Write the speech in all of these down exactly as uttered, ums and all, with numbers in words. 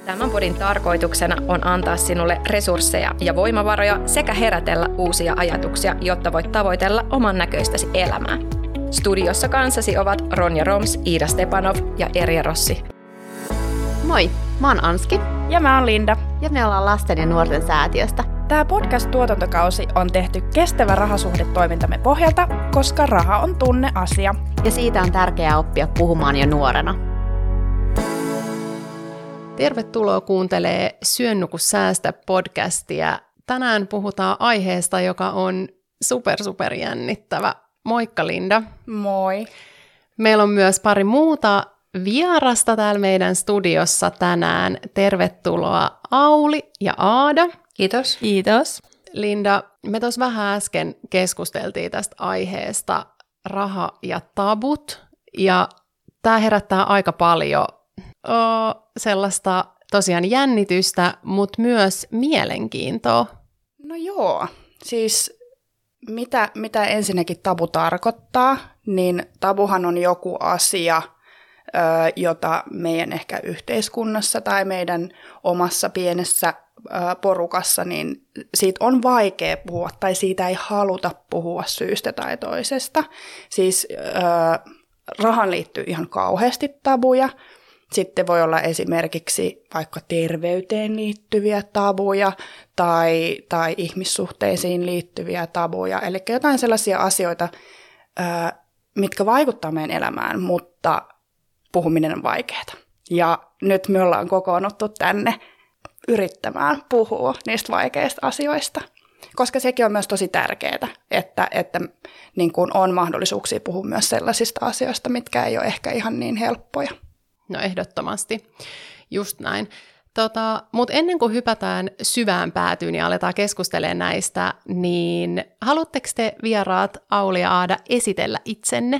Tämän podin tarkoituksena on antaa sinulle resursseja ja voimavaroja sekä herätellä uusia ajatuksia, jotta voit tavoitella oman näköistäsi elämää. Studiossa kanssasi ovat Ronja Roms, Iida Stepanov ja Erja Rossi. Moi, mä oon Anski. Ja mä oon Linda. Ja me ollaan Lasten ja nuorten säätiöstä. Tämä podcast-tuotantokausi on tehty kestävä rahasuhdetoimintamme pohjalta, koska raha on tunneasia. Ja siitä on tärkeää oppia puhumaan jo nuorena. Tervetuloa kuuntelee Syön nuku säästä podcastia. Tänään puhutaan aiheesta, joka on super super jännittävä. Moikka Linda. Moi. Meillä on myös pari muuta vierasta täällä meidän studiossa tänään. Tervetuloa Auli ja Aada. Kiitos. Kiitos. Linda, me tuossa vähän äsken keskusteltiin tästä aiheesta raha ja tabut, ja tämä herättää aika paljon oh, sellaista tosiaan jännitystä, mutta myös mielenkiintoa. No joo, siis mitä, mitä ensinnäkin tabu tarkoittaa, niin tabuhan on joku asia, ö, jota meidän ehkä yhteiskunnassa tai meidän omassa pienessä porukassa, niin siitä on vaikea puhua tai siitä ei haluta puhua syystä tai toisesta. Siis äh, rahan liittyy ihan kauheasti tabuja. Sitten voi olla esimerkiksi vaikka terveyteen liittyviä tabuja tai, tai ihmissuhteisiin liittyviä tabuja. Eli jotain sellaisia asioita, äh, mitkä vaikuttaa meidän elämään, mutta puhuminen on vaikeaa. Ja nyt me ollaan kokoonnuttu tänne yrittämään puhua niistä vaikeista asioista, koska sekin on myös tosi tärkeää, että, että niin kuin on mahdollisuuksia puhua myös sellaisista asioista, mitkä ei ole ehkä ihan niin helppoja. No ehdottomasti, just näin. Tota, mutta ennen kuin hypätään syvään päätyyn ja aletaan keskustelemaan näistä, niin haluatteko te vieraat Auli ja Aada esitellä itsenne?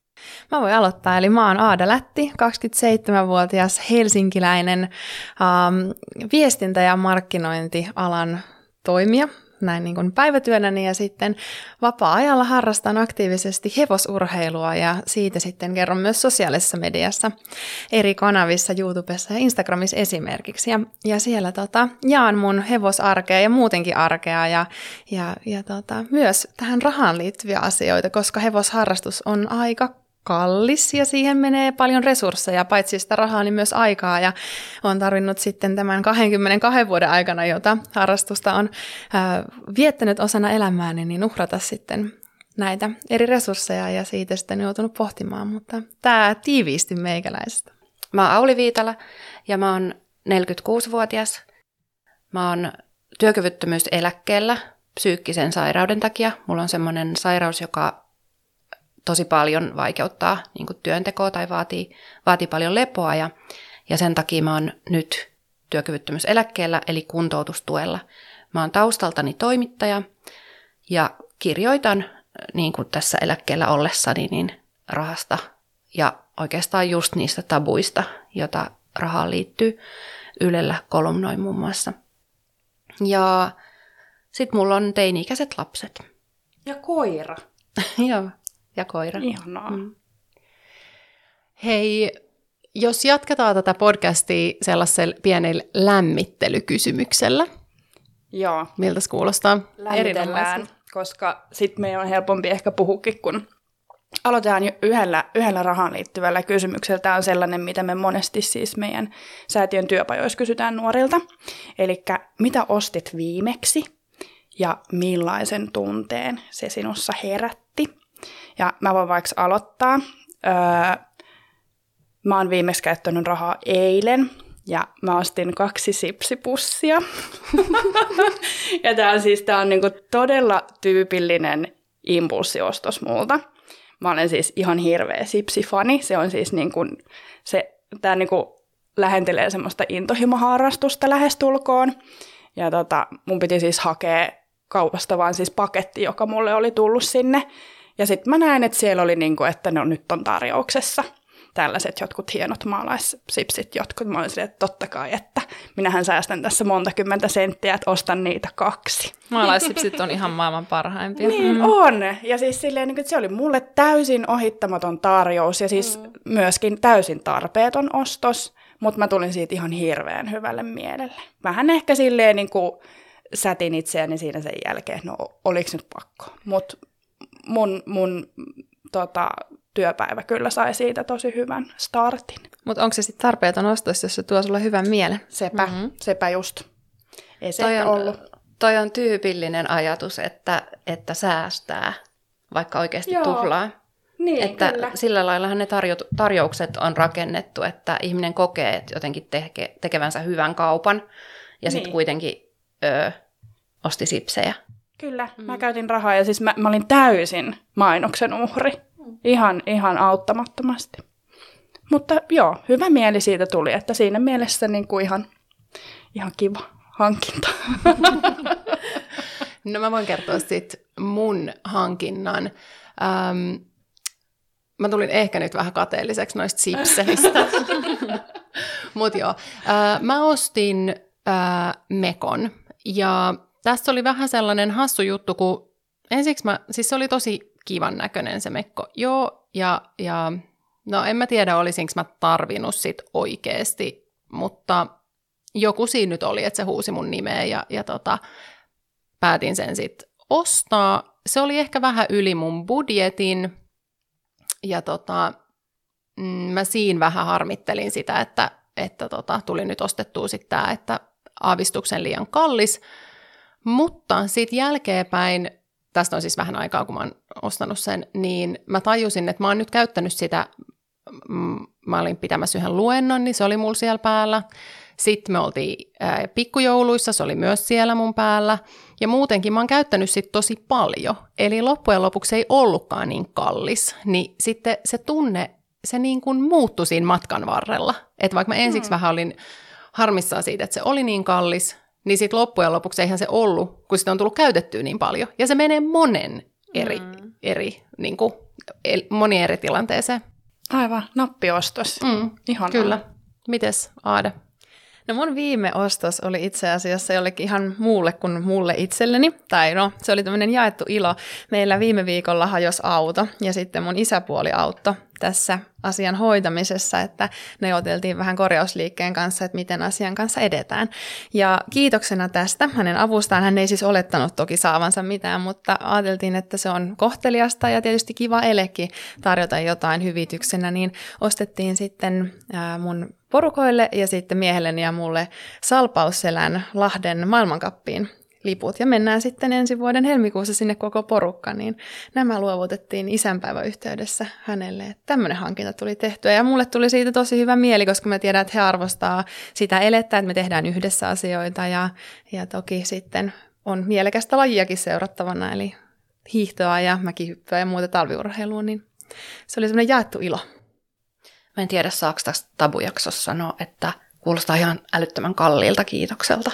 Mä voin aloittaa, eli mä oon Aada Lätti, kaksikymmentäseitsemänvuotias helsinkiläinen ähm, viestintä- ja markkinointialan toimija, näin niin kuin päivätyönäni, ja sitten vapaa-ajalla harrastan aktiivisesti hevosurheilua, ja siitä sitten kerron myös sosiaalisessa mediassa, eri kanavissa, YouTubessa ja Instagramissa esimerkiksi, ja, ja siellä tota, jaan mun hevosarkea ja muutenkin arkea, ja, ja, ja tota, myös tähän rahaan liittyviä asioita, koska hevosharrastus on aika kallis ja siihen menee paljon resursseja, paitsi sitä rahaa, niin myös aikaa, ja olen tarvinnut sitten tämän kaksikymmentäkaksi vuoden aikana, jota harrastusta on ää, viettänyt osana elämääni, niin uhrata sitten näitä eri resursseja, ja siitä sitten joutunut pohtimaan, mutta tämä tiiviisti meikäläisestä. Mä oon Auli Viitala ja mä oon neljäkymmentäkuusivuotias. Mä oon työkyvyttömyyseläkkeellä psyykkisen sairauden takia. Mulla on semmoinen sairaus, joka tosi paljon vaikeuttaa niin kuin työntekoa tai vaatii, vaatii paljon lepoa, ja, ja sen takia mä oon nyt työkyvyttömyyseläkkeellä eli kuntoutustuella. Mä oon taustaltani toimittaja ja kirjoitan niin kuin tässä eläkkeellä ollessani niin rahasta ja oikeastaan just niistä tabuista, jota rahaan liittyy. Ylellä kolumnoin muun muassa. Ja sit mulla on teini-ikäiset lapset. Ja koira. Joo. Ja koira. Ihanaa. Mm. Hei, jos jatketaan tätä podcastia sellaisella pienellä lämmittelykysymyksellä. Joo. Miltä se kuulostaa? Lämmitellään, koska sitten meidän on helpompi ehkä puhukin, kun aloitetaan jo yhdellä, yhdellä rahaan liittyvällä kysymyksellä. Tämä on sellainen, mitä me monesti siis meidän säätiön työpajoissa kysytään nuorilta. Eli mitä ostit viimeksi ja millaisen tunteen se sinussa herätti? Ja mä voin vaikka aloittaa. Öö, mä oon viimeksi käyttänyt rahaa eilen, ja mä ostin kaksi sipsipussia. Ja tää on siis tää on niinku todella tyypillinen impulssiostos multa. Mä olen siis ihan hirveä sipsifani. Se on siis niinku, se, tää niinku lähentelee semmoista intohimoharrastusta lähestulkoon. Ja tota, mun piti siis hakea kaupasta vaan siis paketti, joka mulle oli tullut sinne. Ja sitten mä näen, että siellä oli niinku, että ne on, nyt on tarjouksessa tällaiset jotkut hienot maalaissipsit, jotkut. Mä olin silleen, että totta kai, että minähän säästän tässä monta kymmentä senttiä, että ostan niitä kaksi. Maalaissipsit on ihan maailman parhaimpia. Niin mm. on. Ja siis silleen, että se oli mulle täysin ohittamaton tarjous ja siis mm. myöskin täysin tarpeeton ostos. mutta mä tulin siitä ihan hirveän hyvälle mielelle. Vähän ehkä silleen niin kuin sätin itseäni siinä sen jälkeen, no oliko nyt pakko. Mutta mun, mun tota, työpäivä kyllä sai siitä tosi hyvän startin. Mutta onko se sitten tarpeeton ostos, jos se tuo sulle hyvän mielen? Sepä, mm-hmm. sepä just. Ei se toi ehkä on, ollut. Toi on tyypillinen ajatus, että, että säästää, vaikka oikeasti Joo. tuhlaa. Niin, että kyllä. sillä laillahan ne tarjo- tarjoukset on rakennettu, että ihminen kokee että jotenkin teke- tekevänsä hyvän kaupan ja niin. sitten kuitenkin ö, osti sipsejä. Kyllä, mm. mä käytin rahaa ja siis mä, mä olin täysin mainoksen uhri. Ihan, ihan auttamattomasti. Mutta joo, hyvä mieli siitä tuli, että siinä mielessä niin kuin ihan, ihan kiva hankinta. No mä voin kertoa sitten mun hankinnan. Ähm, mä tulin ehkä nyt vähän kateelliseksi noista sipseistä. Mut joo, äh, mä ostin äh, Mekon ja tässä oli vähän sellainen hassu juttu, kun ensiksi mä, siis se oli tosi kivan näköinen se mekko. Joo, ja, ja no en mä tiedä, olisinko mä tarvinnut sit oikeesti, mutta joku siinä nyt oli, että se huusi mun nimeä ja, ja tota, päätin sen sitten ostaa. Se oli ehkä vähän yli mun budjetin ja tota, mm, mä siinä vähän harmittelin sitä, että, että tota, tuli nyt ostettua sitten tää, että aavistuksen liian kallis, mutta sitten jälkeenpäin, tästä on siis vähän aikaa, kun mä oon ostanut sen, niin mä tajusin, että mä oon nyt käyttänyt sitä, mä olin pitämässä yhden luennon, niin se oli mulla siellä päällä. Sitten me oltiin ää, pikkujouluissa, se oli myös siellä mun päällä. Ja muutenkin mä oon käyttänyt sit tosi paljon. Eli loppujen lopuksi ei ollutkaan niin kallis. Niin sitten se tunne, se niin kuin muuttui siinä matkan varrella. Että vaikka mä ensiksi hmm. vähän olin harmissaan siitä, että se oli niin kallis, niin sitten loppujen lopuksi eihän se ollut, kun sitä on tullut käytettyä niin paljon. Ja se menee monen eri, mm. eri niin kuin, moni eri tilanteeseen. Aivan, nappiostos. Mm, Ihanaa. kyllä. Mites, Aade? No mun viime ostos oli itse asiassa jollekin ihan muulle kuin mulle itselleni. Tai no, se oli tämmöinen jaettu ilo. Meillä viime viikolla hajosi auto ja sitten mun isäpuoli auttoi tässä asian hoitamisessa, että neuvoteltiin vähän korjausliikkeen kanssa, että miten asian kanssa edetään. Ja kiitoksena tästä hänen avustaan, hän ei siis olettanut toki saavansa mitään, mutta ajateltiin, että se on kohteliasta ja tietysti kiva elekin tarjota jotain hyvityksenä, niin ostettiin sitten ää, mun porukoille ja sitten miehelleni ja mulle Salpausselän Lahden maailmankappiin liput. Ja mennään sitten ensi vuoden helmikuussa sinne koko porukka, niin nämä luovutettiin isänpäivän yhteydessä hänelle. Että tämmöinen hankinta tuli tehtyä ja mulle tuli siitä tosi hyvä mieli, koska mä tiedän, että he arvostaa sitä elettä, että me tehdään yhdessä asioita ja, ja toki sitten on mielekästä lajiakin seurattavana, eli hiihtoa ja mäkihyppyä ja muuta talviurheilua, niin se oli semmoinen jaettu ilo. Mä en tiedä, saako tästä tabujaksossa sanoa, että kuulostaa ihan älyttömän kalliilta kiitokselta.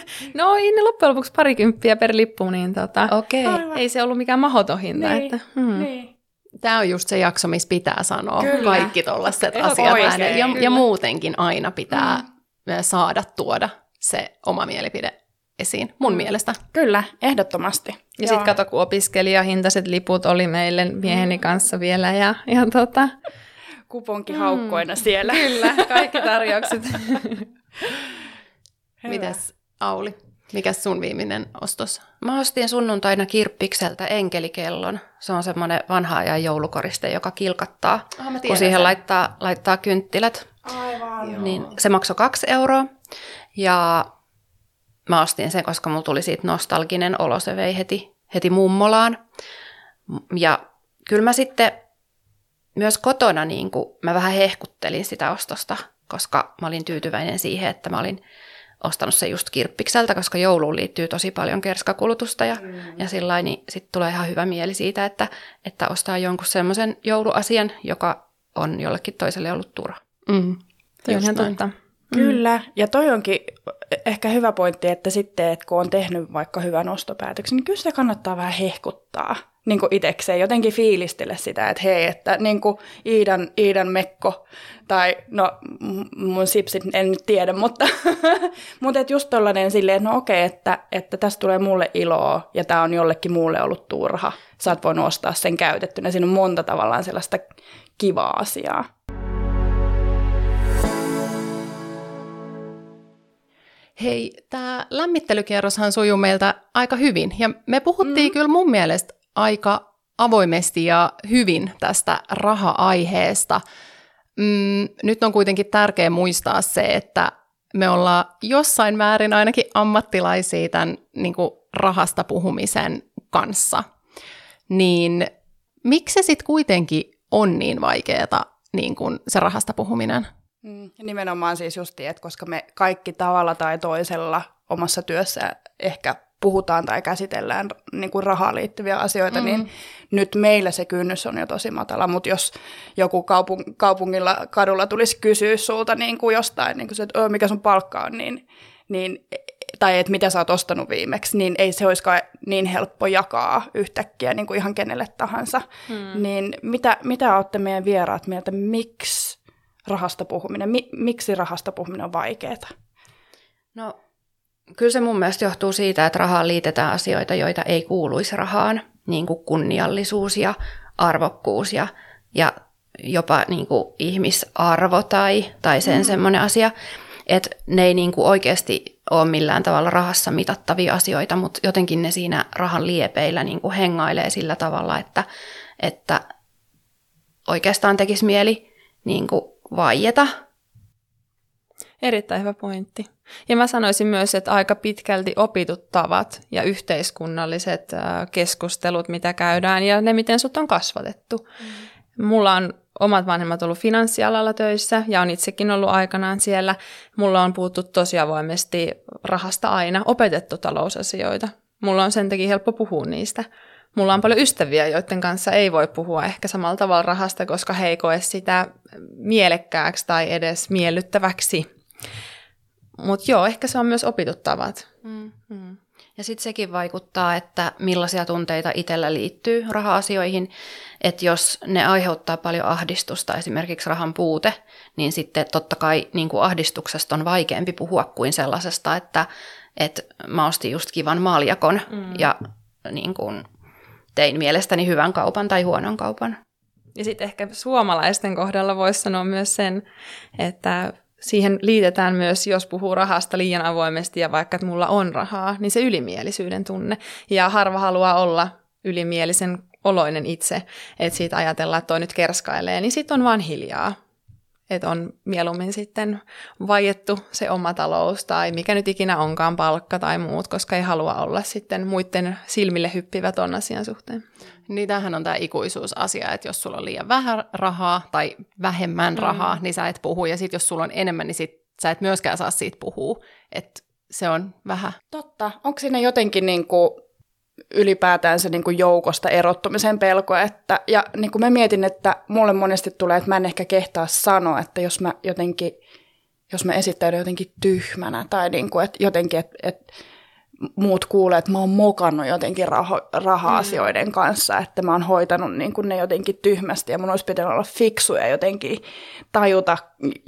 No ei ne loppujen lopuksi parikymppiä per lippu, niin tota, Okei. Okay. Ei se ollut mikään mahdoton hinta. Niin, että, hmm. niin. Tämä on just se jakso, missä pitää sanoa Kyllä. kaikki tollaiset Ihan asiat oikein, ääneen. Ja, kyllä. ja muutenkin aina pitää mm. saada tuoda se oma mielipide esiin, mun mm. mielestä. Kyllä, ehdottomasti. Ja sitten kato, kun opiskelijahintaiset liput oli meille mieheni kanssa vielä. Ja, ja tota, kuponki haukkoina mm. siellä. Kyllä, kaikki tarjoukset. Mites Auli? Mikäs sun viimeinen ostos? Mä ostin sunnuntaina Kirppikseltä enkelikellon. Se on semmoinen vanha ajan joulukoriste, joka kilkattaa, Ah, mä tiedän kun siihen sen. laittaa, laittaa kynttilät. Aivan. Niin se maksoi kaksi euroa. Ja mä ostin sen, koska mulla tuli siitä nostalginen olo. Se vei heti, heti mummolaan. Ja kyllä mä sitten myös kotona niin kuin, mä vähän hehkuttelin sitä ostosta, koska mä olin tyytyväinen siihen, että mä olin ostanut se just Kirppikseltä, koska jouluun liittyy tosi paljon kerskakulutusta ja, mm. ja sillain, niin sitten tulee ihan hyvä mieli siitä, että, että ostaa jonkun semmoisen jouluasian, joka on jollekin toiselle ollut turha. Mm. Se on ihan totta. Kyllä, ja toi onkin ehkä hyvä pointti, että sitten, että kun on tehnyt vaikka hyvän ostopäätöksen, niin kyllä sitä kannattaa vähän hehkuttaa niin kuin itsekseen, jotenkin fiilistellä sitä, että hei, että niin kuin Iidan, Iidan mekko, tai no mun sipsit en nyt tiedä, mutta, mutta et just tollainen silleen, että no okei, että, että tästä tulee mulle iloa, ja tämä on jollekin muulle ollut turha. Sä oot voinut ostaa sen käytettynä, siinä on monta tavallaan sellaista kivaa asiaa. Hei, tämä lämmittelykierroshan sujuu meiltä aika hyvin, ja me puhuttiin mm. kyllä mun mielestä aika avoimesti ja hyvin tästä raha-aiheesta. Mm, nyt on kuitenkin tärkeää muistaa se, että me ollaan jossain määrin ainakin ammattilaisia tämän niin kuin rahasta puhumisen kanssa. Niin miksi se sitten kuitenkin on niin vaikeaa niin kuin se rahasta puhuminen? Mm, nimenomaan siis justiin, että koska me kaikki tavalla tai toisella omassa työssä ehkä puhutaan tai käsitellään niin kuin rahaan liittyviä asioita, mm. niin nyt meillä se kynnys on jo tosi matala, mutta jos joku kaupung- kaupungilla kadulla tulisi kysyä sulta niin kuin jostain, niin kuin se, että mikä sun palkka on, niin, niin, tai että mitä sä oot ostanut viimeksi, niin ei se olisikaan niin helppo jakaa yhtäkkiä niin kuin ihan kenelle tahansa. Mm. Niin mitä, mitä olette meidän vieraat mieltä, miksi rahasta puhuminen, mi- miksi rahasta puhuminen on vaikeaa? No, kyllä se mun mielestä johtuu siitä, että rahaan liitetään asioita, joita ei kuuluisi rahaan, niin kuin kunniallisuus ja arvokkuus ja, ja jopa niin kuin ihmisarvo tai, tai sen mm. semmoinen asia, että ne ei niin kuin oikeasti ole millään tavalla rahassa mitattavia asioita, mutta jotenkin ne siinä rahan liepeillä niin kuin hengailee sillä tavalla, että, että oikeastaan tekisi mieli niin kuin vaieta. Erittäin hyvä pointti. Ja mä sanoisin myös, että aika pitkälti opitut tavat ja yhteiskunnalliset keskustelut, mitä käydään, ja ne, miten sut on kasvatettu. Mm. Mulla on omat vanhemmat ollut finanssialalla töissä, ja on itsekin ollut aikanaan siellä. Mulla on puhuttu tosi avoimesti rahasta aina, opetettu talousasioita. Mulla on sen takia helppo puhua niistä. Mulla on paljon ystäviä, joiden kanssa ei voi puhua ehkä samalla tavalla rahasta, koska he ei koe sitä mielekkääksi tai edes miellyttäväksi. Mutta joo, ehkä se on myös opitut tavat. Mm-hmm. Ja sitten sekin vaikuttaa, että millaisia tunteita itsellä liittyy raha-asioihin. Että jos ne aiheuttaa paljon ahdistusta, esimerkiksi rahan puute, niin sitten totta kai niin kuin ahdistuksesta on vaikeampi puhua kuin sellaisesta, että, että mä ostin just kivan maaljakon mm. ja niin kuin tein mielestäni hyvän kaupan tai huonon kaupan. Ja sitten ehkä suomalaisten kohdalla voisi sanoa myös sen, että siihen liitetään myös, jos puhuu rahasta liian avoimesti ja vaikka, että mulla on rahaa, niin se ylimielisyyden tunne. Ja harva haluaa olla ylimielisen oloinen itse, että siitä ajatellaan, että toi nyt kerskailee, niin sitten on vaan hiljaa. Että on mieluummin sitten vaiettu se oma talous tai mikä nyt ikinä onkaan palkka tai muut, koska ei halua olla sitten muiden silmille hyppivä ton asian suhteen. Niin tämähän on tämä ikuisuusasia, että jos sulla on liian vähän rahaa tai vähemmän mm. rahaa, niin sä et puhu. Ja sitten jos sulla on enemmän, niin sit sä et myöskään saa siitä puhua. Että se on vähän. Totta. Onko siinä jotenkin niinku ylipäätään se niinku joukosta erottumisen pelko? Että, ja niinku mä mietin, että mulle monesti tulee, että mä en ehkä kehtaa sanoa, että jos mä jotenkin, jos mä esittäydyn jotenkin tyhmänä tai niinku, että jotenkin, että et, muut kuulee, että mä oon mokannut jotenkin raho- raha-asioiden mm. kanssa, että mä oon hoitanut niin kuin ne jotenkin tyhmästi ja mun olisi pitänyt olla fiksu ja jotenkin tajuta,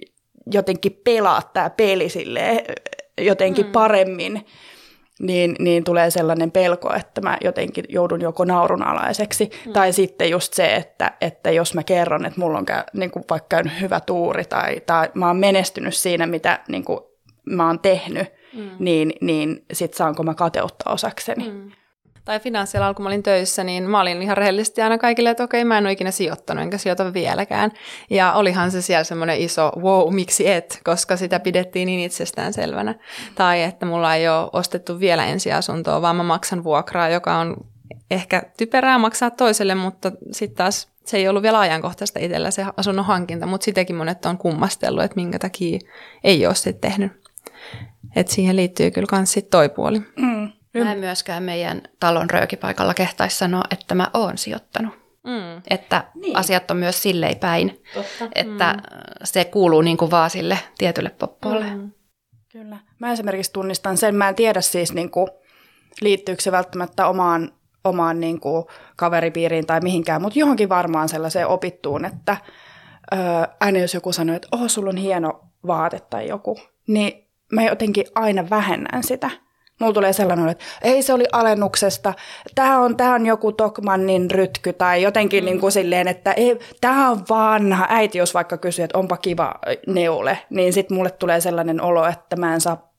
jotenkin pelaa tää peli silleen jotenkin mm. paremmin, niin, niin tulee sellainen pelko, että mä jotenkin joudun joko naurunalaiseksi mm. tai sitten just se, että, että jos mä kerron, että mulla on käy, niin kuin vaikka käynyt hyvä tuuri tai, tai mä oon menestynyt siinä, mitä niin kuin mä oon tehnyt, Mm. niin, niin sit saanko mä kateutta osakseni. Mm. Tai finanssialalla, kun mä olin töissä, niin mä olin ihan rehellisesti aina kaikille, että okei, mä en ole ikinä sijoittanut, enkä sijoita vieläkään. Ja olihan se siellä semmoinen iso wow, miksi et, koska sitä pidettiin niin itsestäänselvänä. Mm. Tai että mulla ei ole ostettu vielä ensiasuntoa, vaan mä maksan vuokraa, joka on ehkä typerää maksaa toiselle, mutta sitten taas se ei ollut vielä ajankohtaista itsellä se asunnon hankinta, mutta sitäkin monet on kummastellut, että minkä takia ei ole sitten tehnyt. Että siihen liittyy kyllä myös sitten toi puoli. Mm. Mä en myöskään meidän talon röökipaikalla kehtaisi sanoa, että mä oon sijoittanut. Mm. Että niin. Asiat on myös silleen päin, Totta. Että mm. se kuuluu niin kuin vaan sille tietylle poppolle. Mm. Kyllä. Mä esimerkiksi tunnistan sen. Mä en tiedä siis, niin kuin, liittyykö se välttämättä omaan, omaan niin kuin, kaveripiiriin tai mihinkään, mutta johonkin varmaan sellaiseen opittuun, että ö, aina jos joku sanoo, että oh, sulla on hieno vaate tai joku, niin mä jotenkin aina vähennän sitä. Mulla tulee sellainen, että ei se oli alennuksesta, tämä on, tää on joku Tokmannin rytky tai jotenkin mm. niin kuin silleen, että tämä on vanha. Äiti jos vaikka kysyy, että onpa kiva neule, niin sitten mulle tulee sellainen olo, että mä en saa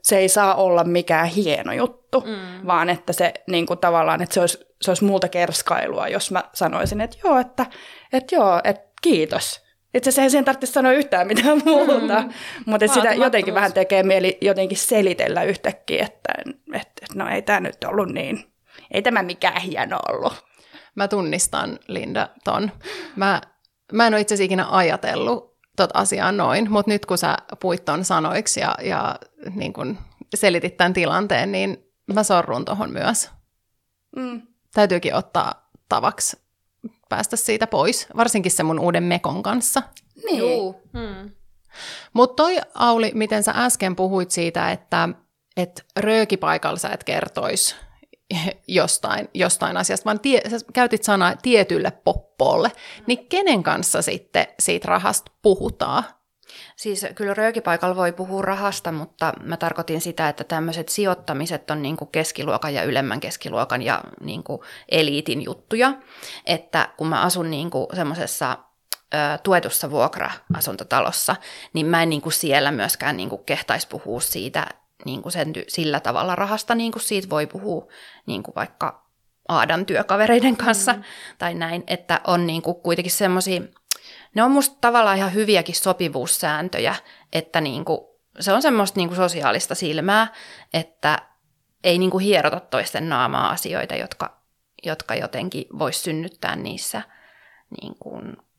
se ei saa olla mikään hieno juttu, mm. vaan että se niin kuin tavallaan, että se olisi, se olisi multa kerskailua, jos mä sanoisin, että joo, että, että joo, että kiitos. Itse asiassa ei siihen tarvitse sanoa yhtään mitään muuta, mm. mutta sitä jotenkin vähän tekee mieli jotenkin selitellä yhtäkkiä, että, että no ei tämä nyt ollut niin, ei tämä mikään hieno ollut. Mä tunnistan, Linda, ton. Mä, mä en ole itse asiassa ikinä ajatellut tota asiaa noin, mutta nyt kun sä puit ton sanoiksi ja, ja niin kun selitit tämän tilanteen, niin mä sorrun tohon myös. Mm. Täytyykin ottaa tavaksi päästä siitä pois, varsinkin se mun uuden mekon kanssa. Niin. Hmm. Mutta toi, Auli, miten sä äsken puhuit siitä, että et röökipaikalla sä et kertois jostain, jostain asiasta, vaan tie, sä käytit sanaa tietylle poppolle, hmm. niin kenen kanssa sitten siitä rahasta puhutaan? Siis kyllä röökipaikalla voi puhua rahasta, mutta mä tarkoitin sitä, että tämmöiset sijoittamiset on niin kuin keskiluokan ja ylemmän keskiluokan ja niin kuin eliitin juttuja. Että kun mä asun niin kuin semmoisessa ö, tuetussa vuokra-asuntotalossa, niin mä en niin kuin siellä myöskään niin kuin kehtaisi puhua siitä niin kuin sen, sillä tavalla rahasta, niin kuin siitä voi puhua niin kuin vaikka Aadan työkavereiden kanssa mm. tai näin, että on niin kuin kuitenkin semmoisia. Ne on musta tavallaan ihan hyviäkin sopivuussääntöjä, että niinku, se on semmoista niinku sosiaalista silmää, että ei niinku hierota toisten naamaa asioita, jotka, jotka jotenkin vois synnyttää niissä niinku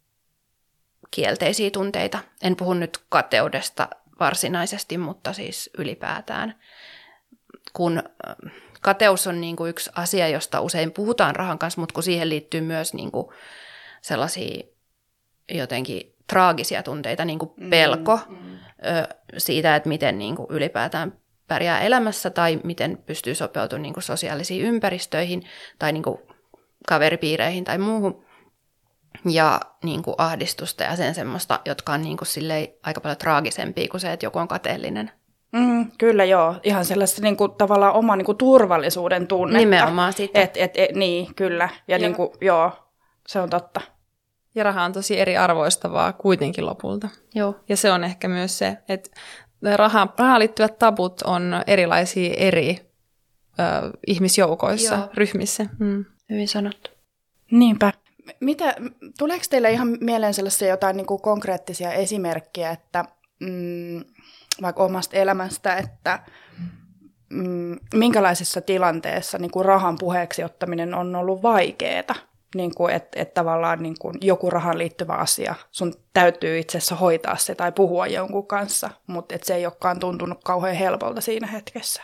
kielteisiä tunteita. En puhu nyt kateudesta varsinaisesti, mutta siis ylipäätään. Kun kateus on niinku yksi asia, josta usein puhutaan rahan kanssa, mutta kun siihen liittyy myös niinku sellaisia jotenkin traagisia tunteita, niin kuin pelko mm, mm. Ö, siitä, että miten niin kuin ylipäätään pärjää elämässä tai miten pystyy sopeutumaan niin kuin sosiaalisiin ympäristöihin tai niin kuin kaveripiireihin tai muuhun. Ja niin kuin ahdistusta ja sen semmoista, jotka on niin kuin silleen aika paljon traagisempia kuin se, että joku on kateellinen. Mm, kyllä joo, ihan sellaista niin kuin, tavallaan oman niin kuin, turvallisuuden tunnetta. Nimenomaan sitä. Et, et, et, niin, kyllä. Ja niin kuin, joo, se on totta. Ja raha on tosi eriarvoistavaa kuitenkin lopulta. Joo. Ja se on ehkä myös se, että rahaan, rahaan liittyvät tabut on erilaisia eri ö, ihmisjoukoissa, Joo. ryhmissä. Mm. Hyvin sanottu. Niinpä. Mitä, tuleeko teille ihan mieleen sellaisia jotain niin kuin konkreettisia esimerkkejä, että mm, vaikka omasta elämästä, että mm, minkälaisessa tilanteessa niin kuin rahan puheeksi ottaminen on ollut vaikeaa? Niin kuin, että, että tavallaan niin kuin joku rahaan liittyvä asia, sun täytyy itse asiassa hoitaa se tai puhua jonkun kanssa, mutta että se ei olekaan tuntunut kauhean helpolta siinä hetkessä.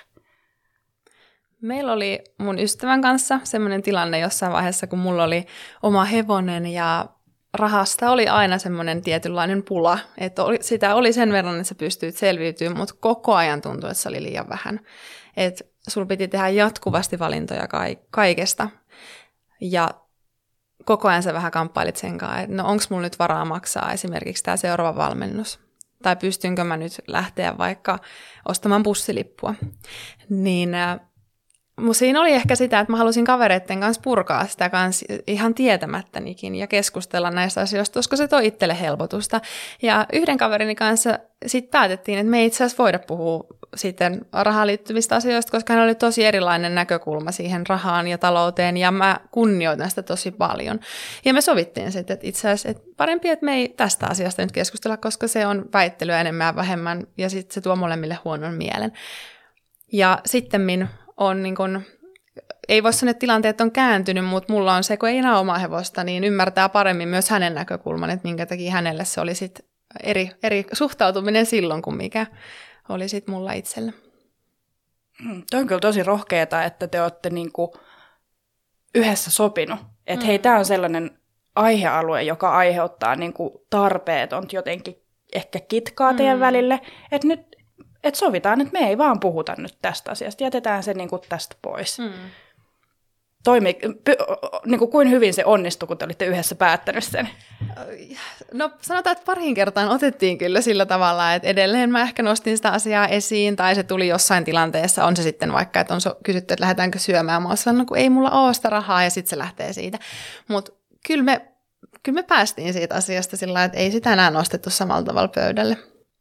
Meillä oli mun ystävän kanssa semmoinen tilanne jossain vaiheessa, kun mulla oli oma hevonen ja rahasta oli aina semmoinen tietynlainen pula, että oli, sitä oli sen verran, että sä pystyit selviytymään, mutta koko ajan tuntui, että se oli liian vähän. Että sulla piti tehdä jatkuvasti valintoja kaikesta ja koko ajan sä vähän kamppailit sen kanssa, että no onko mulla nyt varaa maksaa esimerkiksi tämä seuraava valmennus, tai pystynkö mä nyt lähteä vaikka ostamaan bussilippua. Niin äh, siinä oli ehkä sitä, että mä halusin kavereiden kanssa purkaa sitä kanssa ihan tietämättänikin ja keskustella näistä asioista, koska se toi itselle helpotusta. Ja yhden kaverini kanssa sitten päätettiin, että me ei itse asiassa voida puhua sitten rahaan liittyvistä asioista, koska hän oli tosi erilainen näkökulma siihen rahaan ja talouteen, ja mä kunnioitan sitä tosi paljon. Ja me sovittiin sitten, että itse asiassa että parempi, että me ei tästä asiasta nyt keskustella, koska se on väittelyä enemmän ja vähemmän, ja sitten se tuo molemmille huonon mielen. Ja sittemmin on niin kun, ei voi sanoa, että tilanteet on kääntynyt, mutta mulla on se, kun ei enää omaa hevosta, niin ymmärtää paremmin myös hänen näkökulman, että minkä takia hänelle se oli sit eri, eri suhtautuminen silloin kuin mikä oli sitten mulla itsellä. Hmm, toi on kyllä tosi rohkeeta, että te olette niinku yhdessä sopinut. Että mm. hei, tämä on sellainen aihealue, joka aiheuttaa niinku tarpeetonta jotenkin ehkä kitkaa teidän mm. välille. Että nyt et sovitaan, että me ei vaan puhuta nyt tästä asiasta. Jätetään se niinku tästä pois. Mm. Toimi, py, niin kuin kuin hyvin se onnistui, kun te olitte yhdessä päättänyt sen? No sanotaan, että pariin kertaan otettiin kyllä sillä tavalla, että edelleen mä ehkä nostin sitä asiaa esiin, tai se tuli jossain tilanteessa, on se sitten vaikka, että on kysytty, että lähdetäänkö syömään, mä oon sanonut, kun ei mulla ole sitä rahaa, ja sitten se lähtee siitä. Mutta kyllä me, kyllä me päästiin siitä asiasta sillä lailla, että ei sitä enää nostettu samalla tavalla pöydälle.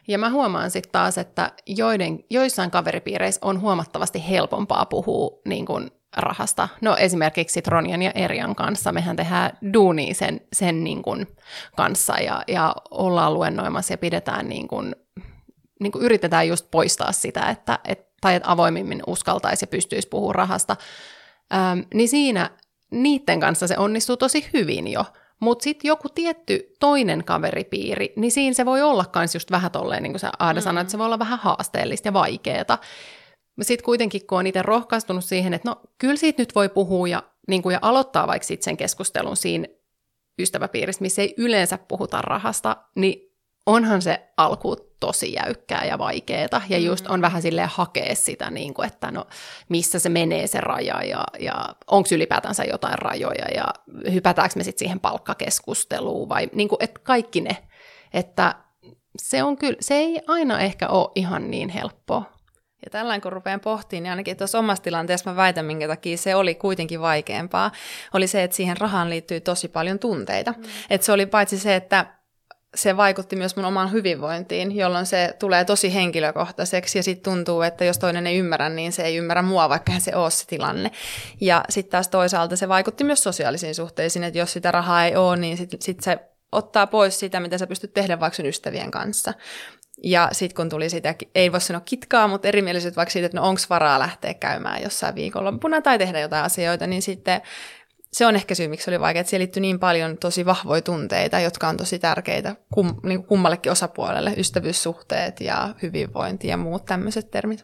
Ja mä huomaan sitten taas, että joiden, joissain kaveripiireissä on huomattavasti helpompaa puhua niin kuin rahasta. No esimerkiksi Ronjan ja Erian kanssa mehän tehdään duunia sen, sen niin kuin kanssa ja, ja ollaan luennoimassa ja pidetään niin kuin, niin kuin yritetään just poistaa sitä, että, et, tai että avoimimmin uskaltaisi ja pystyisi puhumaan rahasta. Ähm, niin siinä niiden kanssa se onnistuu tosi hyvin jo. Mutta sitten joku tietty toinen kaveripiiri, niin siinä se voi olla myös just vähän tolleen, niin kuin sä Aada mm. sanoit, että se voi olla vähän haasteellista ja vaikeaa. Sitten kuitenkin, kun on itse rohkaistunut siihen, että no kyllä siitä nyt voi puhua ja, niin kuin, ja aloittaa vaikka sit sen keskustelun siinä ystäväpiirissä, missä ei yleensä puhuta rahasta, niin onhan se alku tosi jäykkää ja vaikeaa. Ja just on vähän silleen hakea sitä, niin kuin, että no missä se menee se raja ja, ja onko ylipäätänsä jotain rajoja ja hypätäänkö me sitten siihen palkkakeskusteluun vai niin kuin, että kaikki ne. Että se on kyllä, se ei aina ehkä ole ihan niin helppoa. Ja tällainen kun rupean pohtimaan, niin ainakin tuossa omassa tilanteessa mä väitän, minkä takia se oli kuitenkin vaikeampaa, oli se, että siihen rahaan liittyy tosi paljon tunteita. Mm. Että se oli paitsi se, että se vaikutti myös mun omaan hyvinvointiin, jolloin se tulee tosi henkilökohtaiseksi ja sitten tuntuu, että jos toinen ei ymmärrä, niin se ei ymmärrä mua, vaikka se ole se tilanne. Ja sitten taas toisaalta se vaikutti myös sosiaalisiin suhteisiin, että jos sitä rahaa ei ole, niin sitten sit se ottaa pois sitä, mitä sä pystyt tehdä vaikka sun ystävien kanssa. Ja sitten kun tuli sitä, ei voi sanoa kitkaa, mutta erimielisyyttä vaikka siitä, että no onko varaa lähteä käymään jossain viikonloppuna tai tehdä jotain asioita, niin sitten se on ehkä syy, miksi se oli vaikea, että siihen liittyy niin paljon tosi vahvoja tunteita, jotka on tosi tärkeitä kum, niin kuin kummallekin osapuolelle, ystävyyssuhteet ja hyvinvointi ja muut tämmöiset termit.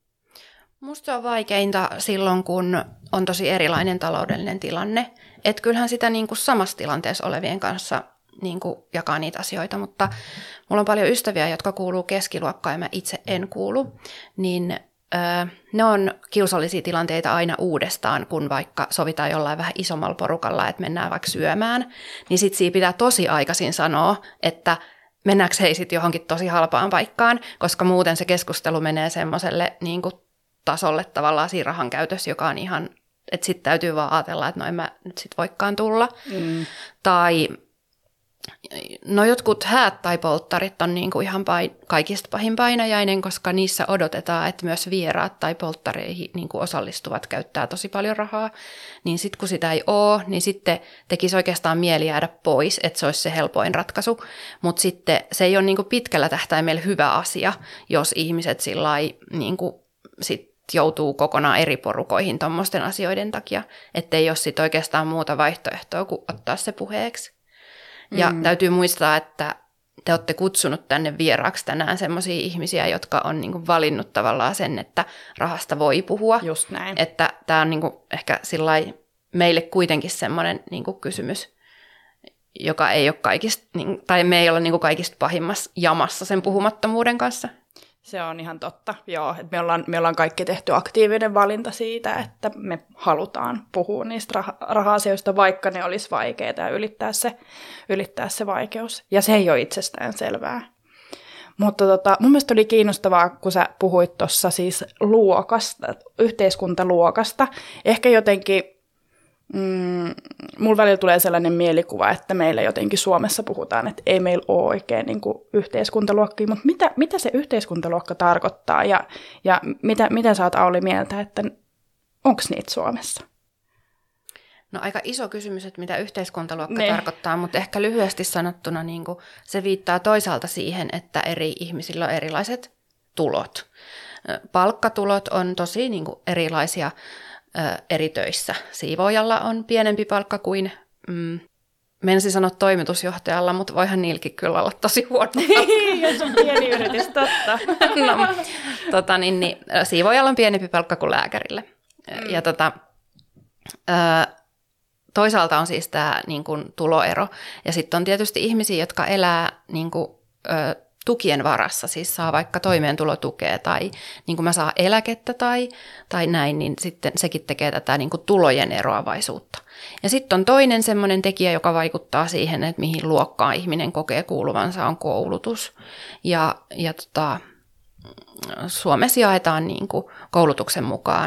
Musta se on vaikeinta silloin, kun on tosi erilainen taloudellinen tilanne. Että kyllähän sitä niin kuin samassa tilanteessa olevien kanssa niin kuin jakaa niitä asioita, mutta mulla on paljon ystäviä, jotka kuuluu keskiluokkaan ja mä itse en kuulu, niin öö, ne on kiusallisia tilanteita aina uudestaan, kun vaikka sovitaan jollain vähän isommalla porukalla, että mennään vaikka syömään, niin sit siinä pitää tosi aikaisin sanoa, että mennäänkö hei sit johonkin tosi halpaan paikkaan, koska muuten se keskustelu menee semmoiselle niin kuin tasolle tavallaan siinä rahan käytössä, joka on ihan, että sit täytyy vaan ajatella, että no en mä nyt sit voikaan tulla. Mm. Tai no jotkut häät tai polttarit on niinku ihan pain, kaikista pahin painajainen, koska niissä odotetaan, että myös vieraat tai polttareihin niinku osallistuvat käyttää tosi paljon rahaa. Niin sitten kun sitä ei ole, niin sitten tekisi oikeastaan mieli jäädä pois, että se olisi se helpoin ratkaisu. Mutta sitten se ei ole niinku pitkällä tähtäimellä hyvä asia, jos ihmiset sillai niinku sit joutuu kokonaan eri porukoihin tuommoisten asioiden takia, ettei ole sit oikeastaan muuta vaihtoehtoa kuin ottaa se puheeksi. Ja mm. täytyy muistaa, että te olette kutsunut tänne vieraaksi tänään semmoisia ihmisiä, jotka on niinku valinnut tavallaan sen, että rahasta voi puhua. Just näin. Että tämä on niinku ehkä sillai meille kuitenkin semmoinen niinku kysymys, joka ei ole kaikista, tai me ei olla niinku kaikista pahimmassa jamassa sen puhumattomuuden kanssa. Se on ihan totta, joo. Että me, ollaan, me ollaan kaikki tehty aktiivinen valinta siitä, että me halutaan puhua niistä rah- raha-asioista, vaikka ne olisi vaikeita ja ylittää se, ylittää se vaikeus. Ja se ei ole itsestään selvää. Mutta tota, mun mielestä oli kiinnostavaa, kun sä puhuit tuossa siis luokasta, yhteiskuntaluokasta. Ehkä jotenkin Mm, mulla välillä tulee sellainen mielikuva, että meillä jotenkin Suomessa puhutaan, että ei meillä ole oikein niin kuin yhteiskuntaluokkia, mutta mitä, mitä se yhteiskuntaluokka tarkoittaa ja, ja mitä, mitä sä oot Auli mieltä, että onko niitä Suomessa? No aika iso kysymys, että mitä yhteiskuntaluokka ne. tarkoittaa, mutta ehkä lyhyesti sanottuna niin kuin se viittaa toisaalta siihen, että eri ihmisillä on erilaiset tulot. Palkkatulot on tosi niin kuin erilaisia eri töissä. Siivoojalla on pienempi palkka kuin, mm, menisin sanoa toimitusjohtajalla, mutta voihan niilläkin kyllä olla tosi huono palkka. Jos on pieni yritys, totta. no, tota, niin, niin, siivoojalla on pienempi palkka kuin lääkärille. Mm. Ja tota, ö, toisaalta on siis tämä niin kuin, tuloero. Ja sitten on tietysti ihmisiä, jotka elää niin kuin, ö, tukien varassa, siis saa vaikka toimeentulotukea tai niin kuin mä saan eläkettä tai, tai näin, niin sitten sekin tekee tätä niin kuin tulojen eroavaisuutta. Ja sitten on toinen semmoinen tekijä, joka vaikuttaa siihen, että mihin luokkaan ihminen kokee kuuluvansa, on koulutus. Ja, ja tota, Suomessa jaetaan niin kuin koulutuksen mukaan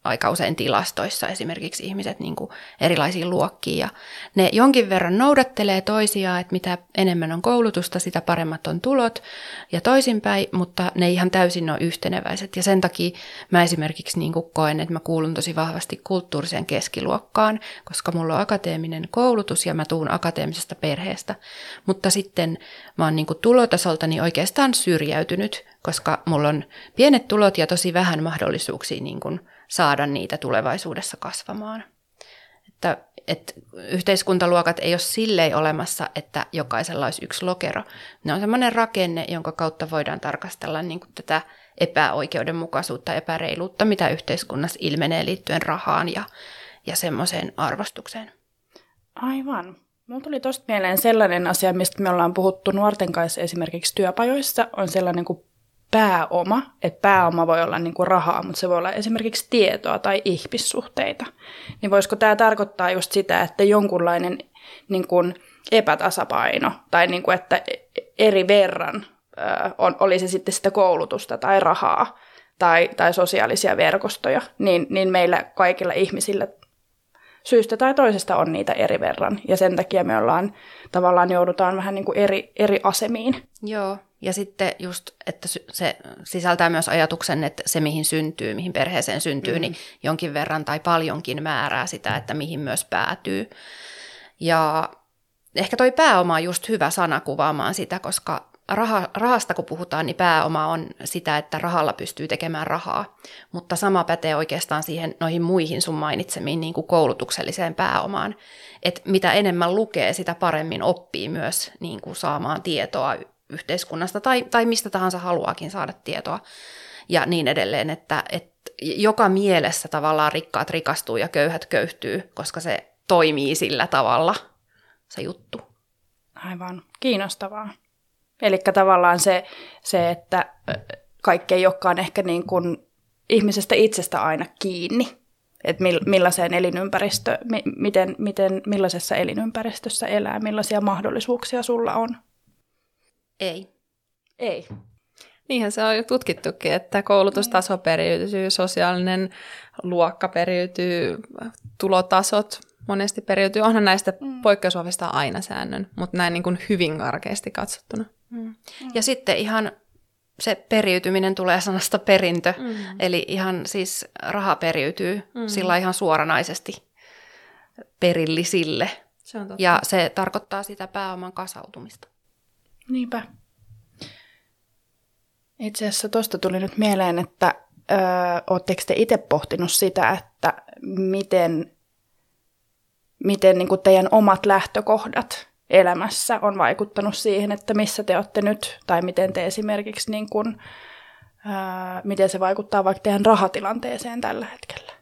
aika usein tilastoissa esimerkiksi ihmiset niin kuin erilaisiin luokkiin. Ja ne jonkin verran noudattelee toisiaan, että mitä enemmän on koulutusta, sitä paremmat on tulot ja toisinpäin, mutta ne ihan täysin on yhteneväiset. Ja sen takia mä esimerkiksi niin kuin koen, että mä kuulun tosi vahvasti kulttuuriseen keskiluokkaan, koska mulla on akateeminen koulutus ja mä tuun akateemisesta perheestä. Mutta sitten mä oon niin kuin tulotasoltani oikeastaan syrjäytynyt, koska mulla on pienet tulot ja tosi vähän mahdollisuuksia niin kuin saada niitä tulevaisuudessa kasvamaan. Että, että yhteiskuntaluokat ei ole silleen olemassa, että jokaisella olisi yksi lokero. Ne on semmoinen rakenne, jonka kautta voidaan tarkastella niin kuin tätä epäoikeudenmukaisuutta, epäreiluutta, mitä yhteiskunnassa ilmenee liittyen rahaan ja, ja semmoiseen arvostukseen. Aivan. Mulla tuli tuosta mieleen sellainen asia, mistä me ollaan puhuttu nuorten kanssa esimerkiksi työpajoissa, on sellainen kuin pääoma. Että pääoma voi olla niin kuin rahaa, mutta se voi olla esimerkiksi tietoa tai ihmissuhteita. Niin voisiko tämä tarkoittaa just sitä, että jonkunlainen niin kuin epätasapaino tai niin kuin, että eri verran äh, on, olisi sitten sitä koulutusta tai rahaa tai, tai sosiaalisia verkostoja, niin, niin meillä kaikilla ihmisillä syystä tai toisesta on niitä eri verran, ja sen takia me ollaan tavallaan joudutaan vähän niin kuin eri, eri asemiin. Joo, ja sitten just, että se sisältää myös ajatuksen, että se mihin syntyy, mihin perheeseen syntyy, mm. niin jonkin verran tai paljonkin määrää sitä, että mihin myös päätyy. Ja ehkä toi pääoma on just hyvä sana kuvaamaan sitä, koska Raha, rahasta kun puhutaan, niin pääoma on sitä, että rahalla pystyy tekemään rahaa, mutta sama pätee oikeastaan siihen noihin muihin sun mainitsemiin niin kuin koulutukselliseen pääomaan. Et mitä enemmän lukee, sitä paremmin oppii myös niin kuin saamaan tietoa yhteiskunnasta tai, tai mistä tahansa haluaakin saada tietoa ja niin edelleen, että, että joka mielessä tavallaan rikkaat rikastuu ja köyhät köyhtyy, koska se toimii sillä tavalla se juttu. Aivan, kiinnostavaa. Eli tavallaan se, se, että kaikki ei olekaan ehkä niin kuin ihmisestä itsestä aina kiinni, että millaiseen elinympäristö, miten, miten, millaisessa elinympäristössä elää, millaisia mahdollisuuksia sulla on. Ei. Ei. Niinhän se on jo tutkittukin, että koulutustaso periytyy, sosiaalinen luokka periytyy, tulotasot monesti periytyy. Onhan näistä mm. poikkeus vahvistaa aina säännön, mutta näin niin kuin hyvin karkeasti katsottuna. Mm. Ja sitten ihan se periytyminen tulee sanasta perintö, mm. eli ihan siis raha periytyy mm. sillä ihan suoranaisesti perillisille. Se on totta. Ja se tarkoittaa sitä pääoman kasautumista. Niinpä. Itse asiassa tuosta tuli nyt mieleen, että ö, ootteko te itse pohtinut sitä, että miten, miten niin kuin teidän omat lähtökohdat elämässä on vaikuttanut siihen, että missä te olette nyt, tai miten te esimerkiksi, niin kuin, ää, miten se vaikuttaa vaikka teidän rahatilanteeseen tällä hetkellä?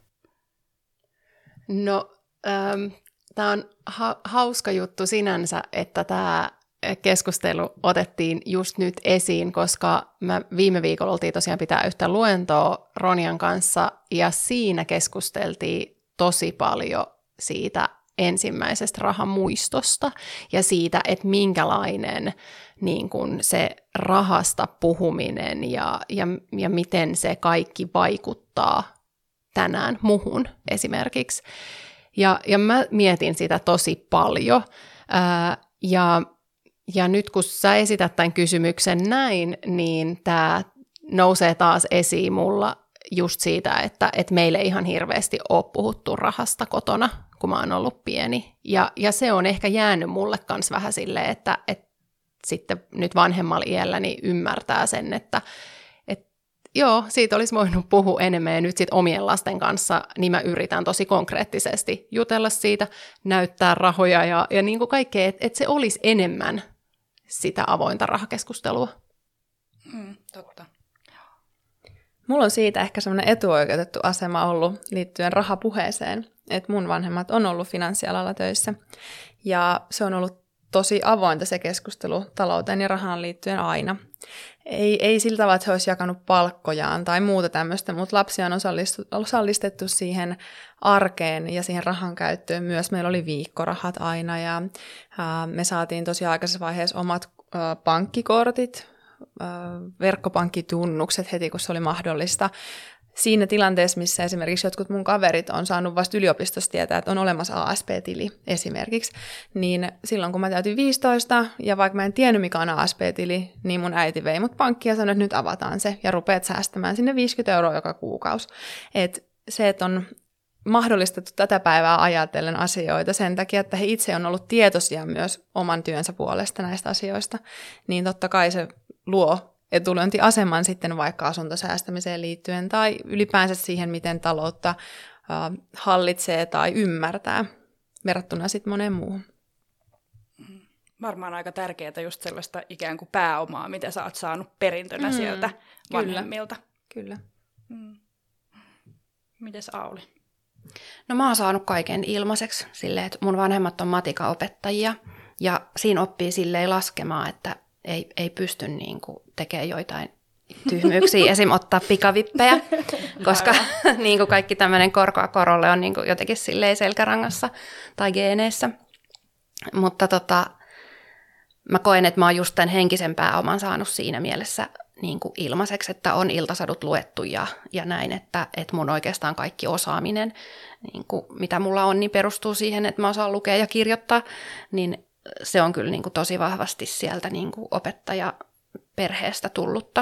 No, ähm, tämä on ha- hauska juttu sinänsä, että tämä keskustelu otettiin just nyt esiin, koska mä viime viikolla oltiin tosiaan pitää yhtä luentoa Ronjan kanssa, ja siinä keskusteltiin tosi paljon siitä ensimmäisestä rahamuistosta ja siitä, että minkälainen niin kun se rahasta puhuminen ja, ja, ja miten se kaikki vaikuttaa tänään muhun esimerkiksi. Ja, ja mä mietin sitä tosi paljon. Ää, ja, ja nyt kun sä esität tämän kysymyksen näin, niin tämä nousee taas esiin mulla just siitä, että, että meille ei ihan hirveästi ole puhuttu rahasta kotona, kun mä oon ollut pieni. Ja, ja se on ehkä jäänyt mulle kans vähän silleen, että, että sitten nyt vanhemmalla iällä niin ymmärtää sen, että, että joo, siitä olisi voinut puhua enemmän, ja nyt sitten omien lasten kanssa niin mä yritän tosi konkreettisesti jutella siitä, näyttää rahoja ja, ja niin kuin kaikkea, että, että se olisi enemmän sitä avointa rahakeskustelua. Mm, totta. Mulla on siitä ehkä semmoinen etuoikeutettu asema ollut liittyen rahapuheeseen, että mun vanhemmat on ollut finanssialalla töissä, ja se on ollut tosi avointa se keskustelu talouteen ja rahaan liittyen aina. Ei, ei sillä tavalla, että he olisi jakanut palkkojaan tai muuta tämmöistä, mutta lapsia on osallistettu siihen arkeen ja siihen rahan käyttöön myös. Meillä oli viikkorahat aina, ja ää, me saatiin tosi aikaisessa vaiheessa omat ää, pankkikortit, ää, verkkopankkitunnukset heti, kun se oli mahdollista. siinä tilanteessa, missä esimerkiksi jotkut mun kaverit on saanut vasta yliopistossa tietää, että on olemassa A S P-tili esimerkiksi, niin silloin kun mä täytin viisitoista, ja vaikka mä en tiennyt mikä on A S P-tili, niin mun äiti vei mut pankkiin ja sanoi, että nyt avataan se, ja rupeat säästämään sinne viisikymmentä euroa joka kuukausi. Et se, että on mahdollistettu tätä päivää ajatellen asioita sen takia, että he itse on ollut tietoisia myös oman työnsä puolesta näistä asioista, niin totta kai se luo etulyöntiaseman sitten vaikka asuntosäästämiseen liittyen tai ylipäänsä siihen, miten taloutta äh, hallitsee tai ymmärtää verrattuna sitten moneen muuhun. Varmaan aika tärkeää just sellaista ikään kuin pääomaa, mitä sä oot saanut perintönä mm, sieltä vanhemmilta. Kyllä. Mm. Mites Auli? No mä oon saanut kaiken ilmaiseksi silleen, että mun vanhemmat on matikan opettajia ja siinä oppii silleen laskemaan, että ei, ei pysty niinku tekemään joitain tyhmyyksiä, esim. Ottaa pikavippejä, koska niinku kaikki tämmöinen korkoa korolle on niinku jotenkin silleen selkärangassa tai geeneissä. Mutta tota, mä koen, että mä oon just tämän henkisen pääoman saanut siinä mielessä niin kuin ilmaiseksi, että on iltasadut luettu ja, ja näin, että, että mun oikeastaan kaikki osaaminen, niin kuin mitä mulla on, niin perustuu siihen, että mä osaan lukea ja kirjoittaa, niin se on kyllä niin kuin tosi vahvasti sieltä niin kuin opettajaperheestä tullutta.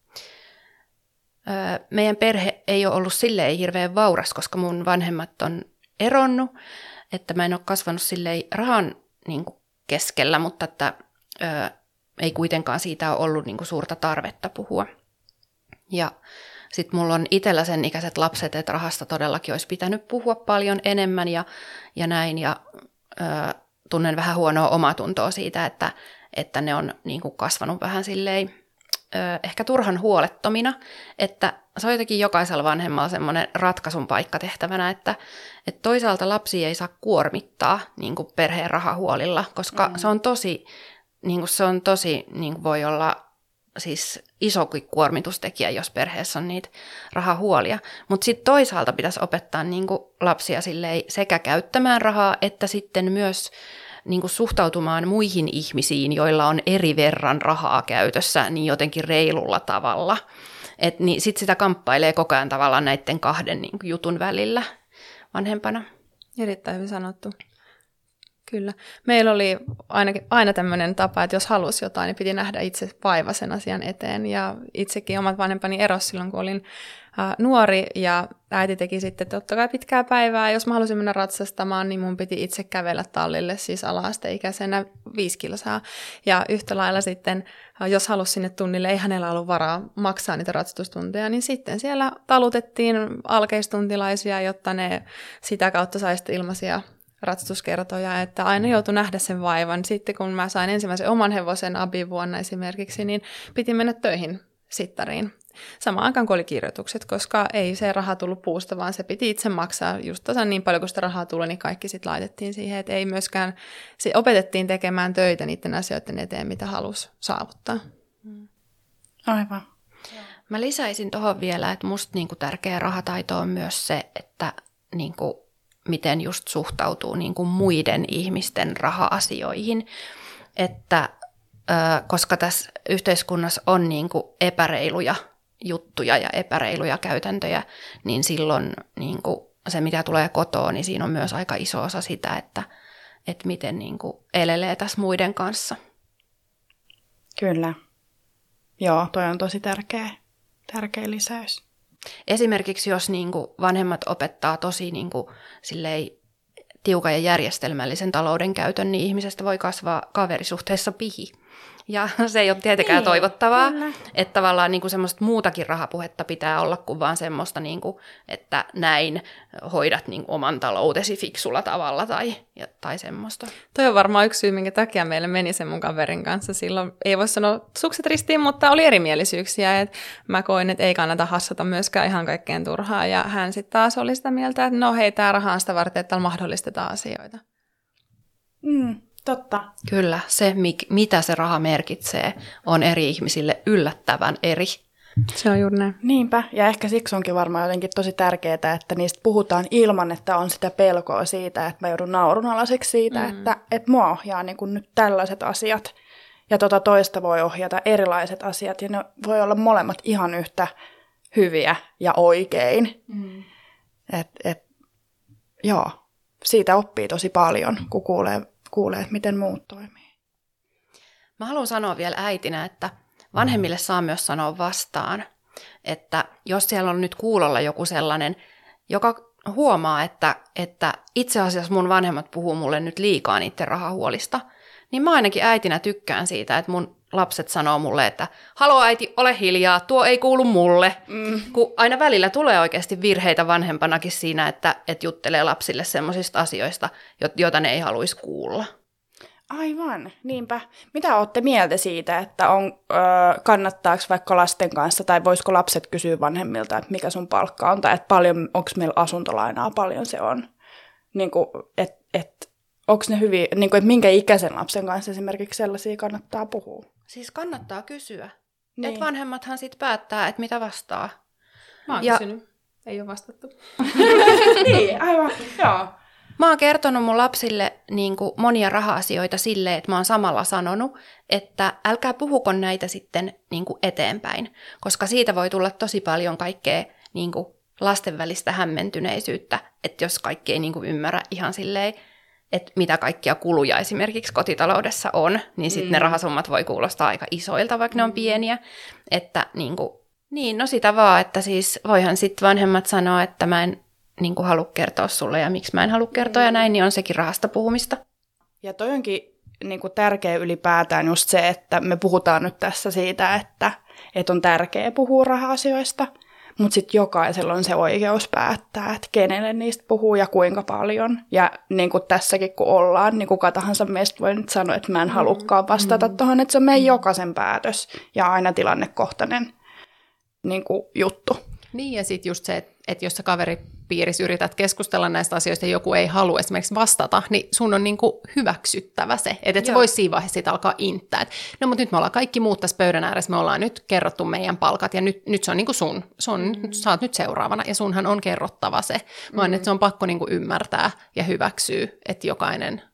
Öö, meidän perhe ei ole ollut silleen hirveän vauras, koska mun vanhemmat on eronnut, että mä en ole kasvanut silleen rahan niin kuin keskellä, mutta että öö, ei kuitenkaan siitä ole ollut niinku suurta tarvetta puhua. Ja sitten mulla on itsellä sen ikäiset lapset, että rahasta todellakin olisi pitänyt puhua paljon enemmän ja, ja näin. Ja ö, tunnen vähän huonoa omatuntoa siitä, että, että ne on niinku kasvanut vähän silleen ö, ehkä turhan huolettomina. Että se on jotenkin jokaisella vanhemmalla semmoinen ratkaisun paikka tehtävänä, että, että toisaalta lapsia ei saa kuormittaa niinku perheen rahahuolilla, koska mm. se on tosi... Niin kuin se on tosi, niin kuin voi olla siis isokin kuormitustekijä, jos perheessä on niitä rahahuolia. Mutta sitten toisaalta pitäisi opettaa niin kuin lapsia silleen sekä käyttämään rahaa, että sitten myös niin kuin suhtautumaan muihin ihmisiin, joilla on eri verran rahaa käytössä, niin jotenkin reilulla tavalla. Niin sitten sitä kamppailee koko ajan tavallaan näiden kahden niin kuin jutun välillä vanhempana. Erittäin hyvin sanottu. Kyllä. Meillä oli ainakin, aina tämmöinen tapa, että jos halusi jotain, niin piti nähdä itse vaiva sen asian eteen. Ja itsekin omat vanhempani erosi silloin, kun olin äh, nuori, ja äiti teki sitten totta kai pitkää päivää. Jos mä halusin mennä ratsastamaan, niin mun piti itse kävellä tallille, siis ala-asteikäisenä viisi kilsaa. Ja yhtä lailla sitten, äh, jos halusi sinne tunnille, ei hänellä ollut varaa maksaa niitä ratsastustunteja, niin sitten siellä talutettiin alkeistuntilaisia, jotta ne sitä kautta saisi ilmaisia ratsastuskertoja, että aina joutui nähdä sen vaivan. Sitten kun mä sain ensimmäisen oman hevosen abivuonna esimerkiksi, niin piti mennä töihin sittariin. Samaan aikaan kuin oli kirjoitukset, koska ei se raha tullut puusta, vaan se piti itse maksaa just tasan niin paljon, kun sitä rahaa tuli, niin kaikki sitten laitettiin siihen, että ei myöskään, se opetettiin tekemään töitä niiden asioiden eteen, mitä halusi saavuttaa. Aivan. Mä lisäisin tuohon vielä, että musta niinku tärkeä rahataito on myös se, että niinku miten just suhtautuu niin kuin muiden ihmisten raha-asioihin, että ö, koska tässä yhteiskunnassa on niin kuin epäreiluja juttuja ja epäreiluja käytäntöjä, niin silloin niin kuin se, mitä tulee kotoa, niin siinä on myös aika iso osa sitä, että, että miten niin kuin elelee tässä muiden kanssa. Kyllä. Joo, toi on tosi tärkeä, tärkeä lisäys. Esimerkiksi jos niinku vanhemmat opettaa tosi niinku silleen tiukan ja järjestelmällisen talouden käytön, niin ihmisestä voi kasvaa kaverisuhteessa pihi. Ja se ei ole tietenkään niin, toivottavaa, kyllä. Että tavallaan niinku semmoista muutakin rahapuhetta pitää olla kuin vaan semmoista, niinku, että näin hoidat niinku oman taloutesi fiksulla tavalla tai, tai semmoista. Toi on varmaan yksi syy, minkä takia meille meni sen mun kaverin kanssa. Silloin ei voi sanoa sukset ristiin, mutta oli erimielisyyksiä. Et mä koin, että ei kannata hassata myöskään ihan kaikkeen turhaa. Ja hän sitten taas oli sitä mieltä, että no hei, tää raha on sitä varten, että täällä mahdollistetaan asioita. Mm. Totta. Kyllä, se mitä se raha merkitsee on eri ihmisille yllättävän eri. Se on juuri näin. Niinpä, ja ehkä siksi onkin varmaan jotenkin tosi tärkeää, että niistä puhutaan ilman, että on sitä pelkoa siitä, että mä joudun naurunalaiseksi siitä, mm. että, että mua ohjaa niin kuin nyt tällaiset asiat, ja tota toista voi ohjata erilaiset asiat, ja ne voi olla molemmat ihan yhtä hyviä ja oikein. Mm. Et, et, joo, siitä oppii tosi paljon, kun kuulee, kuulee, että miten muut toimii. Mä haluan sanoa vielä äitinä, että vanhemmille saa myös sanoa vastaan, että jos siellä on nyt kuulolla joku sellainen, joka huomaa, että, että itse asiassa mun vanhemmat puhuu mulle nyt liikaa niiden rahahuolista, niin mä ainakin äitinä tykkään siitä, että mun lapset sanoo mulle, että halo äiti, ole hiljaa, tuo ei kuulu mulle. Mm. Kun aina välillä tulee oikeasti virheitä vanhempanakin siinä, että, että juttelee lapsille semmoisista asioista, joita ne ei haluaisi kuulla. Aivan, niinpä. Mitä olette mieltä siitä, että on, ö, kannattaako vaikka lasten kanssa, tai voisiko lapset kysyä vanhemmilta, että mikä sun palkka on, tai että paljon, onko meillä asuntolainaa, paljon se on? Niin kuin, et, et, onko ne hyviä, niin kuin, että minkä ikäisen lapsen kanssa esimerkiksi sellaisia kannattaa puhua? Siis kannattaa kysyä. Niin. Että vanhemmathan sitten päättää, että mitä vastaa. Mä oon ja... kysynyt. Ei ole vastattu. Niin, aivan, joo. Mä oon kertonut mun lapsille niin kuin monia raha-asioita silleen, että mä oon samalla sanonut, että älkää puhuko näitä sitten niin kuin eteenpäin, koska siitä voi tulla tosi paljon kaikkea niin kuin lasten välistä hämmentyneisyyttä, että jos kaikki ei niin kuin ymmärrä ihan silleen, että mitä kaikkia kuluja esimerkiksi kotitaloudessa on, niin sitten mm. ne rahasummat voi kuulostaa aika isoilta, vaikka ne on pieniä. Että niin, kuin, niin no sitä vaan, että siis voihan sitten vanhemmat sanoa, että mä en niin kuin halua kertoa sulle ja miksi mä en halua kertoa ja näin, niin on sekin rahasta puhumista. Ja toi onkin niin kuin tärkeä ylipäätään just se, että me puhutaan nyt tässä siitä, että, että on tärkeää puhua raha-asioista, mutta sitten jokaisella on se oikeus päättää, että kenelle niistä puhuu ja kuinka paljon. Ja niin kuin tässäkin kun ollaan, niin kuka tahansa meistä voi nyt sanoa, että mä en halukkaan vastata mm. tuohon, että se on meidän jokaisen päätös ja aina tilannekohtainen niin kuin juttu. Niin, ja sitten just se, että, että jos sä kaveripiirissä yrität keskustella näistä asioista ja joku ei halua esimerkiksi vastata, niin sun on niinku hyväksyttävä se, että et sä vois siinä vaiheessa siitä alkaa inttää. Et, no mutta nyt me ollaan kaikki muut tässä pöydän ääressä, me ollaan nyt kerrottu meidän palkat ja nyt, nyt se on niinku sun, se on, mm. sä oot nyt seuraavana ja sunhan on kerrottava se, vaan mm. että se on pakko niinku ymmärtää ja hyväksyä, että jokainen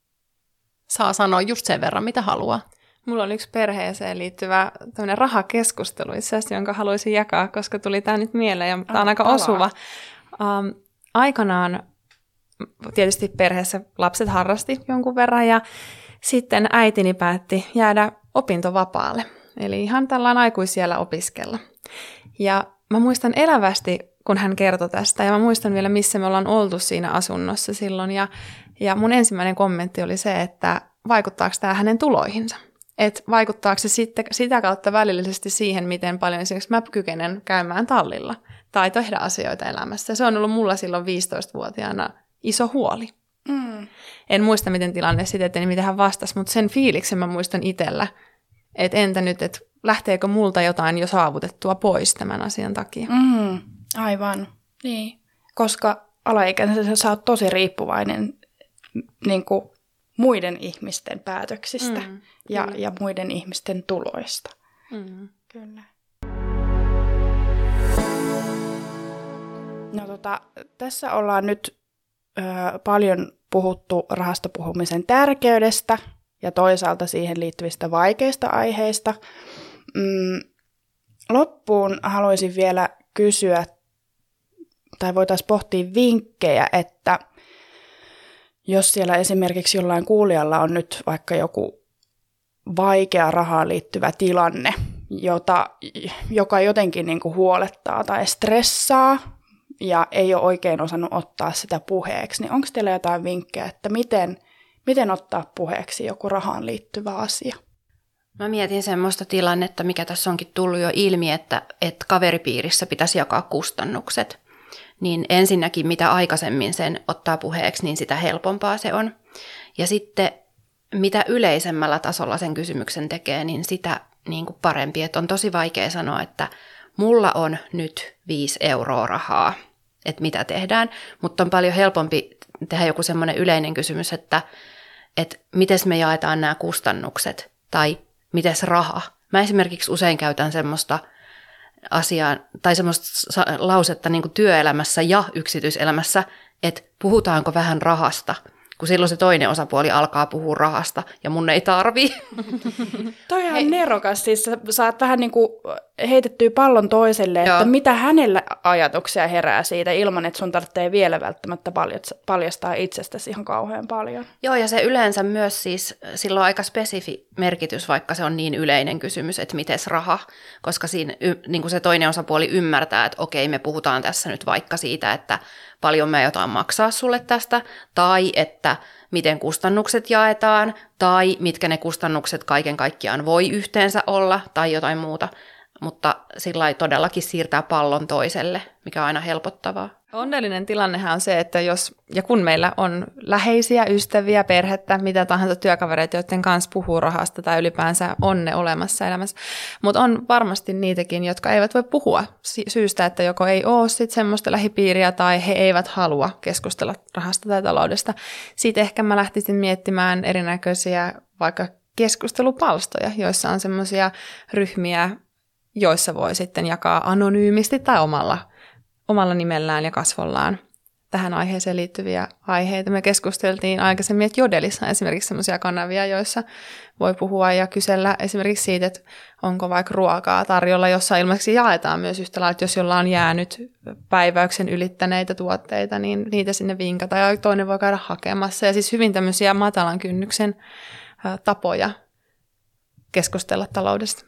saa sanoa just sen verran, mitä haluaa. Mulla on yksi perheeseen liittyvä tämmöinen rahakeskustelu itse asiassa, jonka haluaisin jakaa, koska tuli tämä nyt mieleen ja tämä on aika osuva. Um, aikanaan tietysti perheessä lapset harrasti jonkun verran ja sitten äitini päätti jäädä opintovapaalle. Eli ihan tällainen aikuisiellä opiskella. Ja mä muistan elävästi, kun hän kertoi tästä ja mä muistan vielä, missä me ollaan oltu siinä asunnossa silloin. Ja, ja mun ensimmäinen kommentti oli se, että vaikuttaako tämä hänen tuloihinsa. Että vaikuttaako se sitten sitä kautta välillisesti siihen, miten paljon esimerkiksi mä kykenen käymään tallilla tai tehdä asioita elämässä. Se on ollut mulla silloin viisitoistavuotiaana iso huoli. Mm. En muista, miten tilanne sitten eteni, miten hän vastasi, mutta sen fiiliksen mä muistan itsellä, että entä nyt, että lähteekö multa jotain jo saavutettua pois tämän asian takia. Mm, aivan, niin. Koska alaikäisenä sä oot tosi riippuvainen niin kuin muiden ihmisten päätöksistä mm, ja, ja muiden ihmisten tuloista. Mm. Kyllä. No tota, tässä ollaan nyt ö, paljon puhuttu rahasta puhumisen tärkeydestä ja toisaalta siihen liittyvistä vaikeista aiheista. Mm, loppuun haluaisin vielä kysyä, tai voitaisiin pohtia vinkkejä, että jos siellä esimerkiksi jollain kuulijalla on nyt vaikka joku vaikea rahaan liittyvä tilanne, jota, joka jotenkin niin kuin huolettaa tai stressaa ja ei ole oikein osannut ottaa sitä puheeksi, niin onko teillä jotain vinkkejä, että miten, miten ottaa puheeksi joku rahaan liittyvä asia? Mä mietin semmoista tilannetta, mikä tässä onkin tullut jo ilmi, että, että kaveripiirissä pitäisi jakaa kustannukset. Niin ensinnäkin mitä aikaisemmin sen ottaa puheeksi, niin sitä helpompaa se on. Ja sitten mitä yleisemmällä tasolla sen kysymyksen tekee, niin sitä niin kuin parempi. Että on tosi vaikea sanoa, että mulla on nyt viisi euroa rahaa, että mitä tehdään. Mutta on paljon helpompi tehdä joku semmoinen yleinen kysymys, että, että miten me jaetaan nämä kustannukset tai mites raha. Mä esimerkiksi usein käytän semmoista asiaa tai semmoista lausetta niin kuin työelämässä ja yksityiselämässä, että puhutaanko vähän rahasta, kun silloin se toinen osapuoli alkaa puhua rahasta ja mun ei tarvii. Toi on ihan nerokas, siis sä saat vähän niin kuin heitettyä pallon toiselle, Joo. että mitä hänellä ajatuksia herää siitä ilman, että sun tarvitsee vielä välttämättä paljastaa itsestäsi ihan kauhean paljon. Joo, ja se yleensä myös siis, sillä on aika spesifi merkitys, vaikka se on niin yleinen kysymys, että mites raha, koska siinä niin kuin se toinen osapuoli ymmärtää, että okei, me puhutaan tässä nyt vaikka siitä, että paljon mä jotain maksaa sulle tästä, tai että miten kustannukset jaetaan, tai mitkä ne kustannukset kaiken kaikkiaan voi yhteensä olla, tai jotain muuta. Mutta sillä ei todellakin siirtää pallon toiselle, mikä on aina helpottavaa. Onnellinen tilannehan on se, että jos ja kun meillä on läheisiä, ystäviä, perhettä, mitä tahansa työkavereita, joiden kanssa puhuu rahasta tai ylipäänsä on ne olemassa elämässä, mutta on varmasti niitäkin, jotka eivät voi puhua syystä, että joko ei ole sit semmoista lähipiiriä tai he eivät halua keskustella rahasta tai taloudesta. Siitä ehkä mä lähtisin miettimään erinäköisiä vaikka keskustelupalstoja, joissa on semmoisia ryhmiä, joissa voi sitten jakaa anonyymisti tai omalla, omalla nimellään ja kasvollaan tähän aiheeseen liittyviä aiheita. Me keskusteltiin aikaisemmin, että Jodelissa on esimerkiksi sellaisia kanavia, joissa voi puhua ja kysellä esimerkiksi siitä, että onko vaikka ruokaa tarjolla, jossa ilmeisesti jaetaan myös yhtä lailla, että jos jolla on jäänyt päiväyksen ylittäneitä tuotteita, niin niitä sinne vinkata ja toinen voi käydä hakemassa. Ja siis hyvin tämmöisiä matalan kynnyksen tapoja keskustella taloudesta.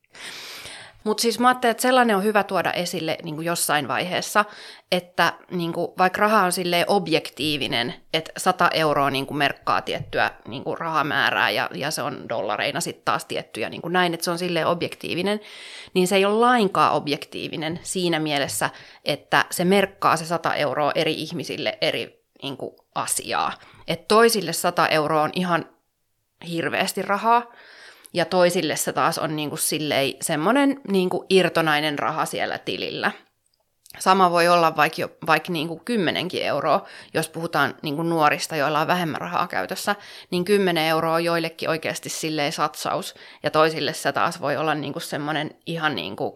Mutta siis mä ajattelin, että sellainen on hyvä tuoda esille niin kuin jossain vaiheessa, että niin kuin, vaikka raha on silleen objektiivinen, että sata euroa niin kuin merkkaa tiettyä niin kuin rahamäärää ja, ja se on dollareina sitten taas tiettyjä niin kuin näin, että se on silleen objektiivinen, niin se ei ole lainkaan objektiivinen siinä mielessä, että se merkkaa se sata euroa eri ihmisille eri niin kuin asiaa. Että toisille sata euroa on ihan hirveästi rahaa, ja toisille se taas on niinku silleen semmoinen niinku irtonainen raha siellä tilillä. Sama voi olla vaikka, vaikka niinku kymmenenkin euroa, jos puhutaan niinku nuorista, joilla on vähemmän rahaa käytössä, niin kymmenen euroa on joillekin oikeasti silleen satsaus, ja toisille se taas voi olla niinku semmoinen ihan niinku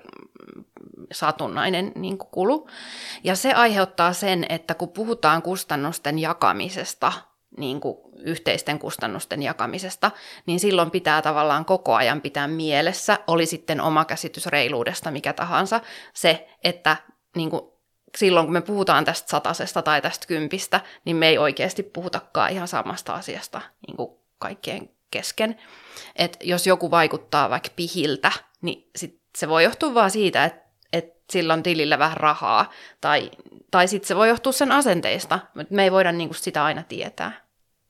satunnainen niinku kulu. Ja se aiheuttaa sen, että kun puhutaan kustannusten jakamisesta, niin kuin yhteisten kustannusten jakamisesta, niin silloin pitää tavallaan koko ajan pitää mielessä, oli sitten oma käsitys reiluudesta mikä tahansa, se, että niin kuin silloin kun me puhutaan tästä satasesta tai tästä kympistä, niin me ei oikeasti puhutakaan ihan samasta asiasta niin kuin kaikkien kesken. Et jos joku vaikuttaa vaikka pihiltä, niin sit se voi johtua vaan siitä, että et sillä on tilillä vähän rahaa, tai, tai sitten se voi johtua sen asenteista, mutta me ei voida niin kuin sitä aina tietää.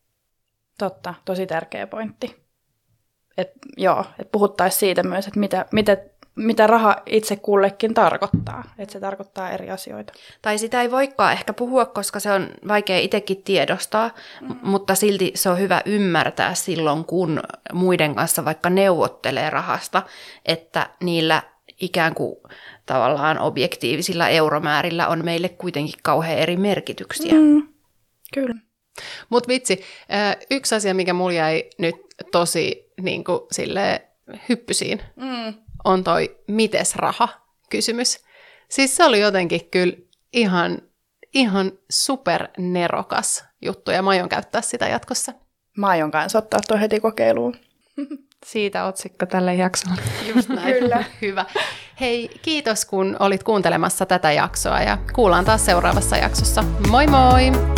Totta, tosi tärkeä pointti. Et, joo, että puhuttaisiin siitä myös, että mitä, mitä, mitä raha itse kullekin tarkoittaa. Että se tarkoittaa eri asioita. Tai sitä ei voikaan ehkä puhua, koska se on vaikea itsekin tiedostaa, mm. mutta silti se on hyvä ymmärtää silloin, kun muiden kanssa vaikka neuvottelee rahasta, että niillä ikään kuin tavallaan objektiivisilla euromäärillä on meille kuitenkin kauhean eri merkityksiä. Mm. Kyllä. Mutta vitsi, yksi asia, mikä mulla jäi nyt tosi niin kuin silleen hyppysiin, mm. on toi mites raha-kysymys. Siis se oli jotenkin kyllä ihan, ihan supernerokas juttu, ja mä aion käyttää sitä jatkossa. Mä aion kanssa ottaa toi heti kokeiluun. Siitä otsikko tälle jaksolle. Just näin. Kyllä. Hyvä. Hei, kiitos kun olit kuuntelemassa tätä jaksoa, ja kuullaan taas seuraavassa jaksossa. Moi moi!